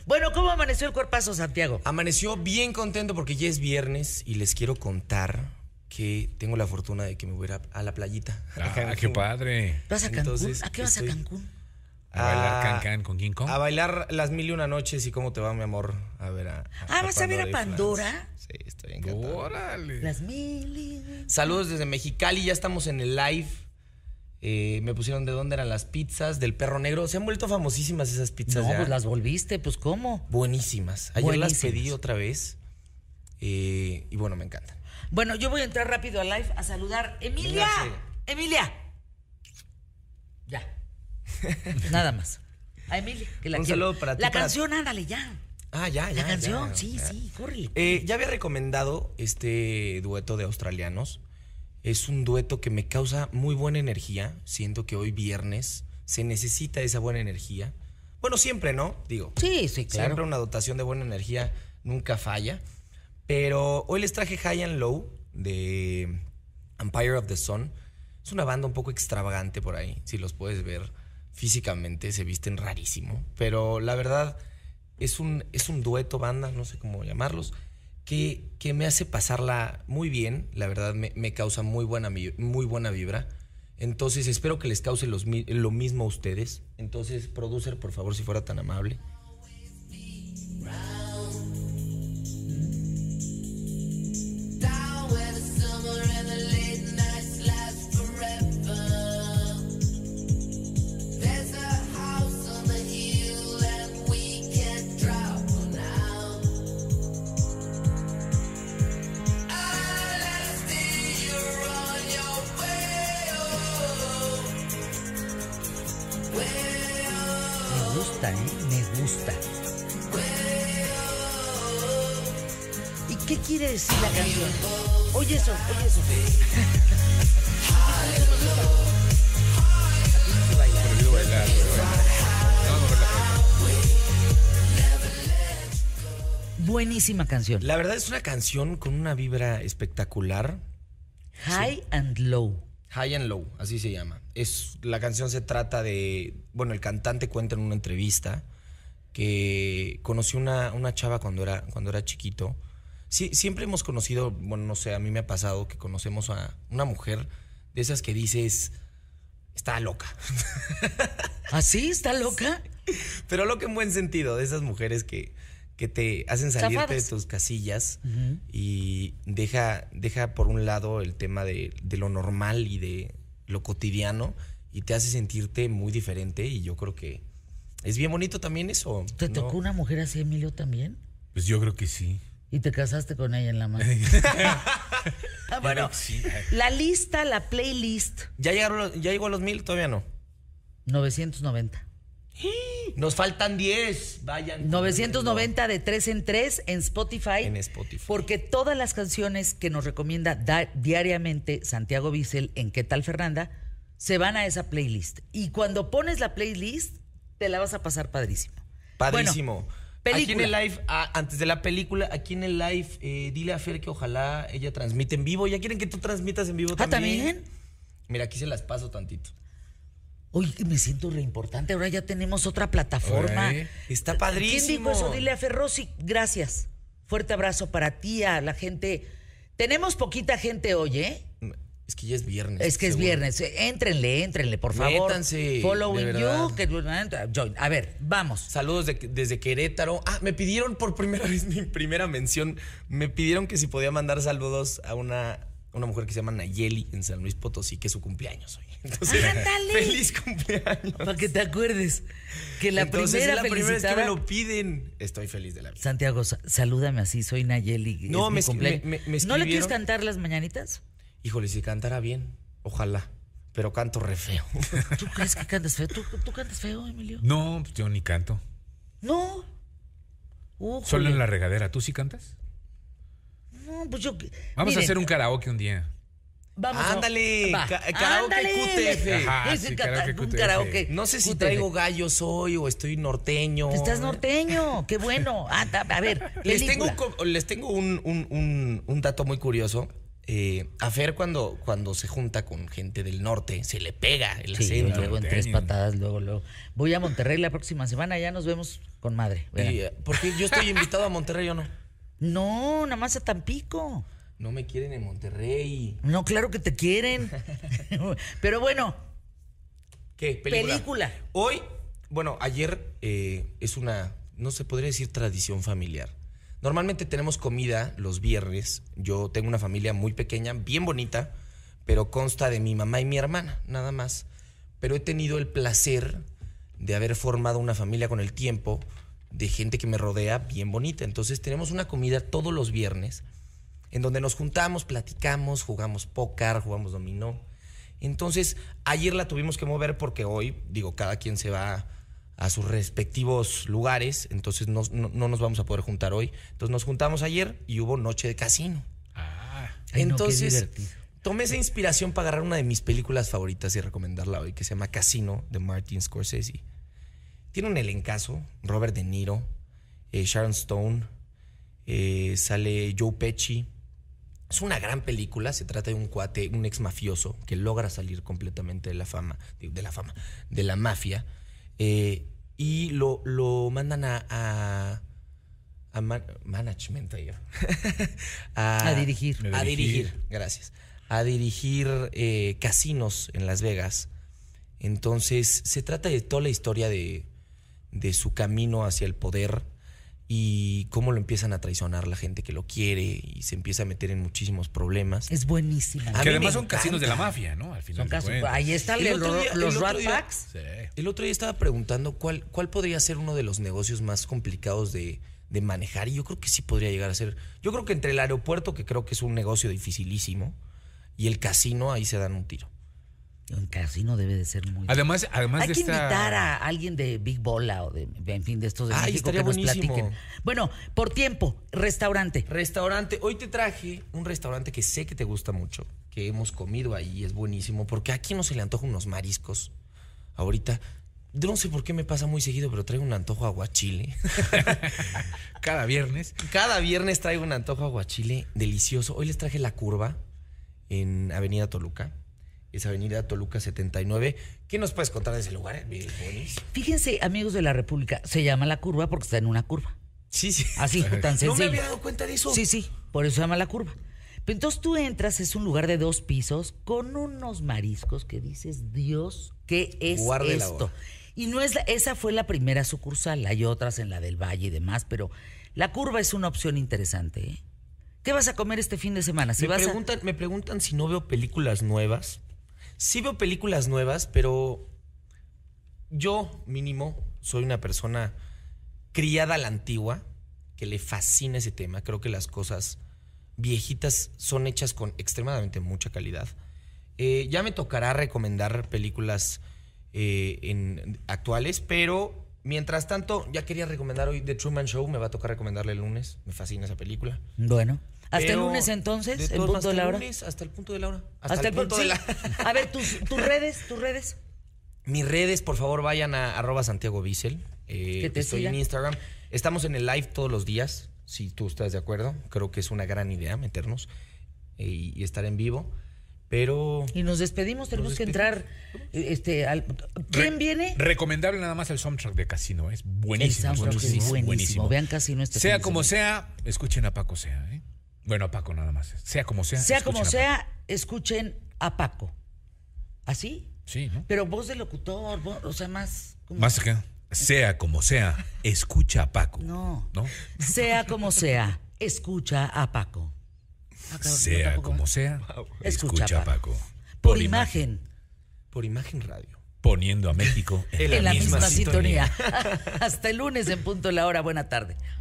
Bueno, ¿cómo amaneció el cuerpazo, Santiago? Amaneció bien contento porque ya es viernes y les quiero contar que tengo la fortuna de que me voy a ir a la playita. Ah, qué padre. ¿Vas a Cancún? Entonces, ¿A qué vas a Cancún? A bailar can-can con King Kong. A bailar las 1001 noches y cómo te va, mi amor. A ver ¿vas a ver a Pandora? Flans. Sí, estoy encantado. Órale. Las mil. Saludos desde Mexicali, ya estamos en el live. Me pusieron de dónde eran las pizzas, del Perro Negro. Se han vuelto famosísimas esas pizzas. No, ya. pues las volviste, pues ¿cómo? Buenísimas. Ayer Buenísimas. las pedí otra vez. Y bueno, me encantan. Bueno, yo voy a entrar rápido al live a saludar. ¡Emilia! Véngase. ¡Emilia! Ya. Nada más. A Emilia, que la Un quiero. saludo para ti, La para- canción, ándale, ya. Ya. La canción, ya. sí, corre. Ya había recomendado este dueto de australianos. Es un dueto que me causa muy buena energía. Siento que hoy viernes se necesita esa buena energía. Bueno, siempre, ¿no? Digo. Sí, claro. Siempre una dotación de buena energía nunca falla. Pero hoy les traje High and Low de Empire of the Sun. Es una banda un poco extravagante por ahí, si los puedes ver físicamente, se visten rarísimo. Pero la verdad es un dueto, banda, no sé cómo llamarlos, que me hace pasarla muy bien. La verdad me causa muy buena vibra. Entonces espero que les cause lo mismo a ustedes. Entonces, producer, por favor, si fuera tan amable. Me gusta. ¿Y qué quiere decir la canción? Oye eso. Prohibido bailar. No, mejor la Buenísima canción. La verdad es una canción con una vibra espectacular. High and Low. High and Low, así se llama. La canción se trata de... Bueno, el cantante cuenta en una entrevista que conoció una chava cuando era chiquito. Sí, siempre hemos conocido, bueno, no sé, a mí me ha pasado que conocemos a una mujer de esas que dices, está loca. ¿Ah, sí? ¿Está loca? Pero loca en buen sentido, de esas mujeres que te hacen salirte Zafadas. de tus casillas. Uh-huh. Y deja por un lado el tema de lo normal y de lo cotidiano y te hace sentirte muy diferente, y yo creo que es bien bonito también eso. ¿Te ¿no? tocó una mujer así, Emilio, también? Pues yo creo que sí. Y te casaste con ella en la mano. Bueno, Sí. la lista, la playlist, ¿Ya llegó a los 1000? Todavía no. 990. Nos faltan 10. Vayan. 990 de 3 en 3 en Spotify. En Spotify. Porque todas las canciones que nos recomienda diariamente Santiago Bissell en ¿Qué tal, Fernanda?, se van a esa playlist. Y cuando pones la playlist, te la vas a pasar padrísimo. Padrísimo. Bueno, película. Aquí en el live, antes de la película, aquí en el live, dile a Fer que ojalá ella transmite en vivo. ¿Ya quieren que tú transmitas en vivo también? ¿También? Mira, aquí se las paso tantito. Oye, me siento re importante. Ahora ya tenemos otra plataforma. Oye, está padrísimo. ¿Quién dijo eso? Dile a Fer. Rosy, gracias. Fuerte abrazo para ti, a la gente. Tenemos poquita gente hoy, ¿eh? Es que ya es viernes. Es que es seguro. viernes. Éntrenle, por favor. Métanse, Following de verdad. you. Join. A ver, vamos. Saludos desde Querétaro. Me pidieron por primera vez mi primera mención. Me pidieron que si podía mandar saludos a una mujer que se llama Nayeli en San Luis Potosí, que es su cumpleaños hoy. Entonces, ¡Ándale! feliz cumpleaños. Para que te acuerdes que la Entonces, primera es la primera vez que felicitada... me lo piden. Estoy feliz de la vida. Santiago, salúdame así, soy Nayeli. No, es mi cumpleaños. me ¿No le quieres escribieron. cantar las mañanitas? Híjole, si cantara bien, ojalá. Pero canto re feo. ¿Tú crees que cantas feo? ¿Tú cantas feo, Emilio? no, pues yo ni canto. No. Solo en la regadera. ¿Tú sí cantas? No, pues yo... Vamos Miren, a hacer un karaoke un día. Vamos Ándale, va. karaoke Ándale. QTF. Ajá, Ese sí, karaoke un QTF. karaoke. No sé si QTF. traigo gallos hoy o estoy norteño. Estás norteño, qué bueno. A ver, Les película. tengo un dato muy curioso. A Fer cuando se junta con gente del norte, se le pega el Sí, acento. luego en 3 patadas, luego. Voy a Monterrey la próxima semana, ya nos vemos con madre. Verán. Porque yo estoy invitado a Monterrey, ¿o no? No, nada más a Tampico. No me quieren en Monterrey. No, claro que te quieren. Pero bueno. ¿Qué? Película. Hoy, bueno, ayer es una, no se podría decir tradición familiar. Normalmente tenemos comida los viernes. Yo tengo una familia muy pequeña, bien bonita, pero consta de mi mamá y mi hermana, nada más. Pero he tenido el placer de haber formado una familia con el tiempo de gente que me rodea bien bonita. Entonces tenemos una comida todos los viernes en donde nos juntamos, platicamos, jugamos póker, jugamos dominó. Entonces ayer la tuvimos que mover porque hoy, digo, cada quien se va a sus respectivos lugares, entonces no nos vamos a poder juntar hoy. Entonces nos juntamos ayer y hubo noche de casino. Ay, no, qué Entonces divertido. tomé esa inspiración para agarrar una de mis películas favoritas y recomendarla hoy, que se llama Casino, de Martin Scorsese. Tiene un elencazo: Robert De Niro, Sharon Stone, sale Joe Pesci. Es una gran película. Se trata de un cuate, un ex mafioso que logra salir completamente de la mafia. Y lo mandan a management ayer. A dirigir. A dirigir, gracias. A dirigir casinos en Las Vegas. Entonces se trata de toda la historia de su camino hacia el poder y cómo lo empiezan a traicionar la gente que lo quiere y se empieza a meter en muchísimos problemas. Es buenísima. A Que mí además me son casinos encanta. de la mafia, ¿no? Al final Son de casos. cuentas. Ahí están El otro día- los el otro Rat día- Packs. Sí. El otro día estaba preguntando cuál podría ser uno de los negocios más complicados de manejar, y yo creo que sí podría llegar a ser. Yo creo que entre el aeropuerto, que creo que es un negocio dificilísimo, y el casino, ahí se dan un tiro. Un casino debe de ser muy... Además Hay de que esta... invitar a alguien de Big Bola o en fin, de estos de Ay, México que estaría nos buenísimo. platiquen. Bueno, por tiempo, restaurante. Restaurante. Hoy te traje un restaurante que sé que te gusta mucho, que hemos comido ahí, es buenísimo, porque a quién no se le antoja unos mariscos. Ahorita, no sé por qué me pasa muy seguido, pero traigo un antojo a aguachile. Cada viernes. Cada viernes traigo un antojo a aguachile delicioso. Hoy les traje La Curva en Avenida Toluca. Es Avenida Toluca 79. ¿Qué nos puedes contar de ese lugar? Buenísimo. Fíjense, amigos de la República, se llama La Curva porque está en una curva. Sí, sí. Así, tan sencillo. No me había dado cuenta de eso. Sí, sí, por eso se llama La Curva. Pero entonces tú entras, es un lugar de 2 pisos con unos mariscos que dices, Dios, ¿qué es Guarde la esto? hora. Y no es esa fue la primera sucursal, hay otras en la del Valle y demás, pero La Curva es una opción interesante, ¿eh? ¿Qué vas a comer este fin de semana? Si Me preguntan si no veo películas nuevas. Sí veo películas nuevas, pero yo, mínimo, soy una persona criada a la antigua, que le fascina ese tema. Creo que las cosas viejitas son hechas con extremadamente mucha calidad. Ya me tocará recomendar películas actuales, pero mientras tanto, ya quería recomendar hoy The Truman Show. Me va a tocar recomendarle el lunes. Me fascina esa película. Bueno, hasta el Pero, lunes entonces, de el todos modos, punto de la hora. hasta el punto de la hora. Hasta el punto de sí. la A ver, tus redes. Mis redes, por favor, vayan a @SantiagoBisel. Que te estoy sigan. en Instagram. Estamos en el live todos los días, si tú estás de acuerdo. Creo que es una gran idea meternos y estar en vivo. Pero Y nos despedimos, tenemos que entrar. ¿Quién viene? Recomendable nada más el soundtrack de Casino. Es El buenísimo. soundtrack es buenísimo. Vean Casino este Sea fin de como semana. sea, escuchen a Paco Sea. ¿eh? Bueno, a Paco nada más. Sea como sea. Sea escuchen como a Paco. sea, escuchen a Paco. ¿Así? Sí, ¿no? Pero voz de locutor, o sea, más... ¿cómo? Más que sea como sea, escucha a Paco. No. ¿No? Sea como sea, escucha a Paco. Ah, cabrón, yo Sea tampoco. como sea, Escucha escucha a a Paco. Por imagen, por Imagen Radio. Poniendo a México en la misma sintonía. Hasta el lunes en punto de la hora. Buena tarde.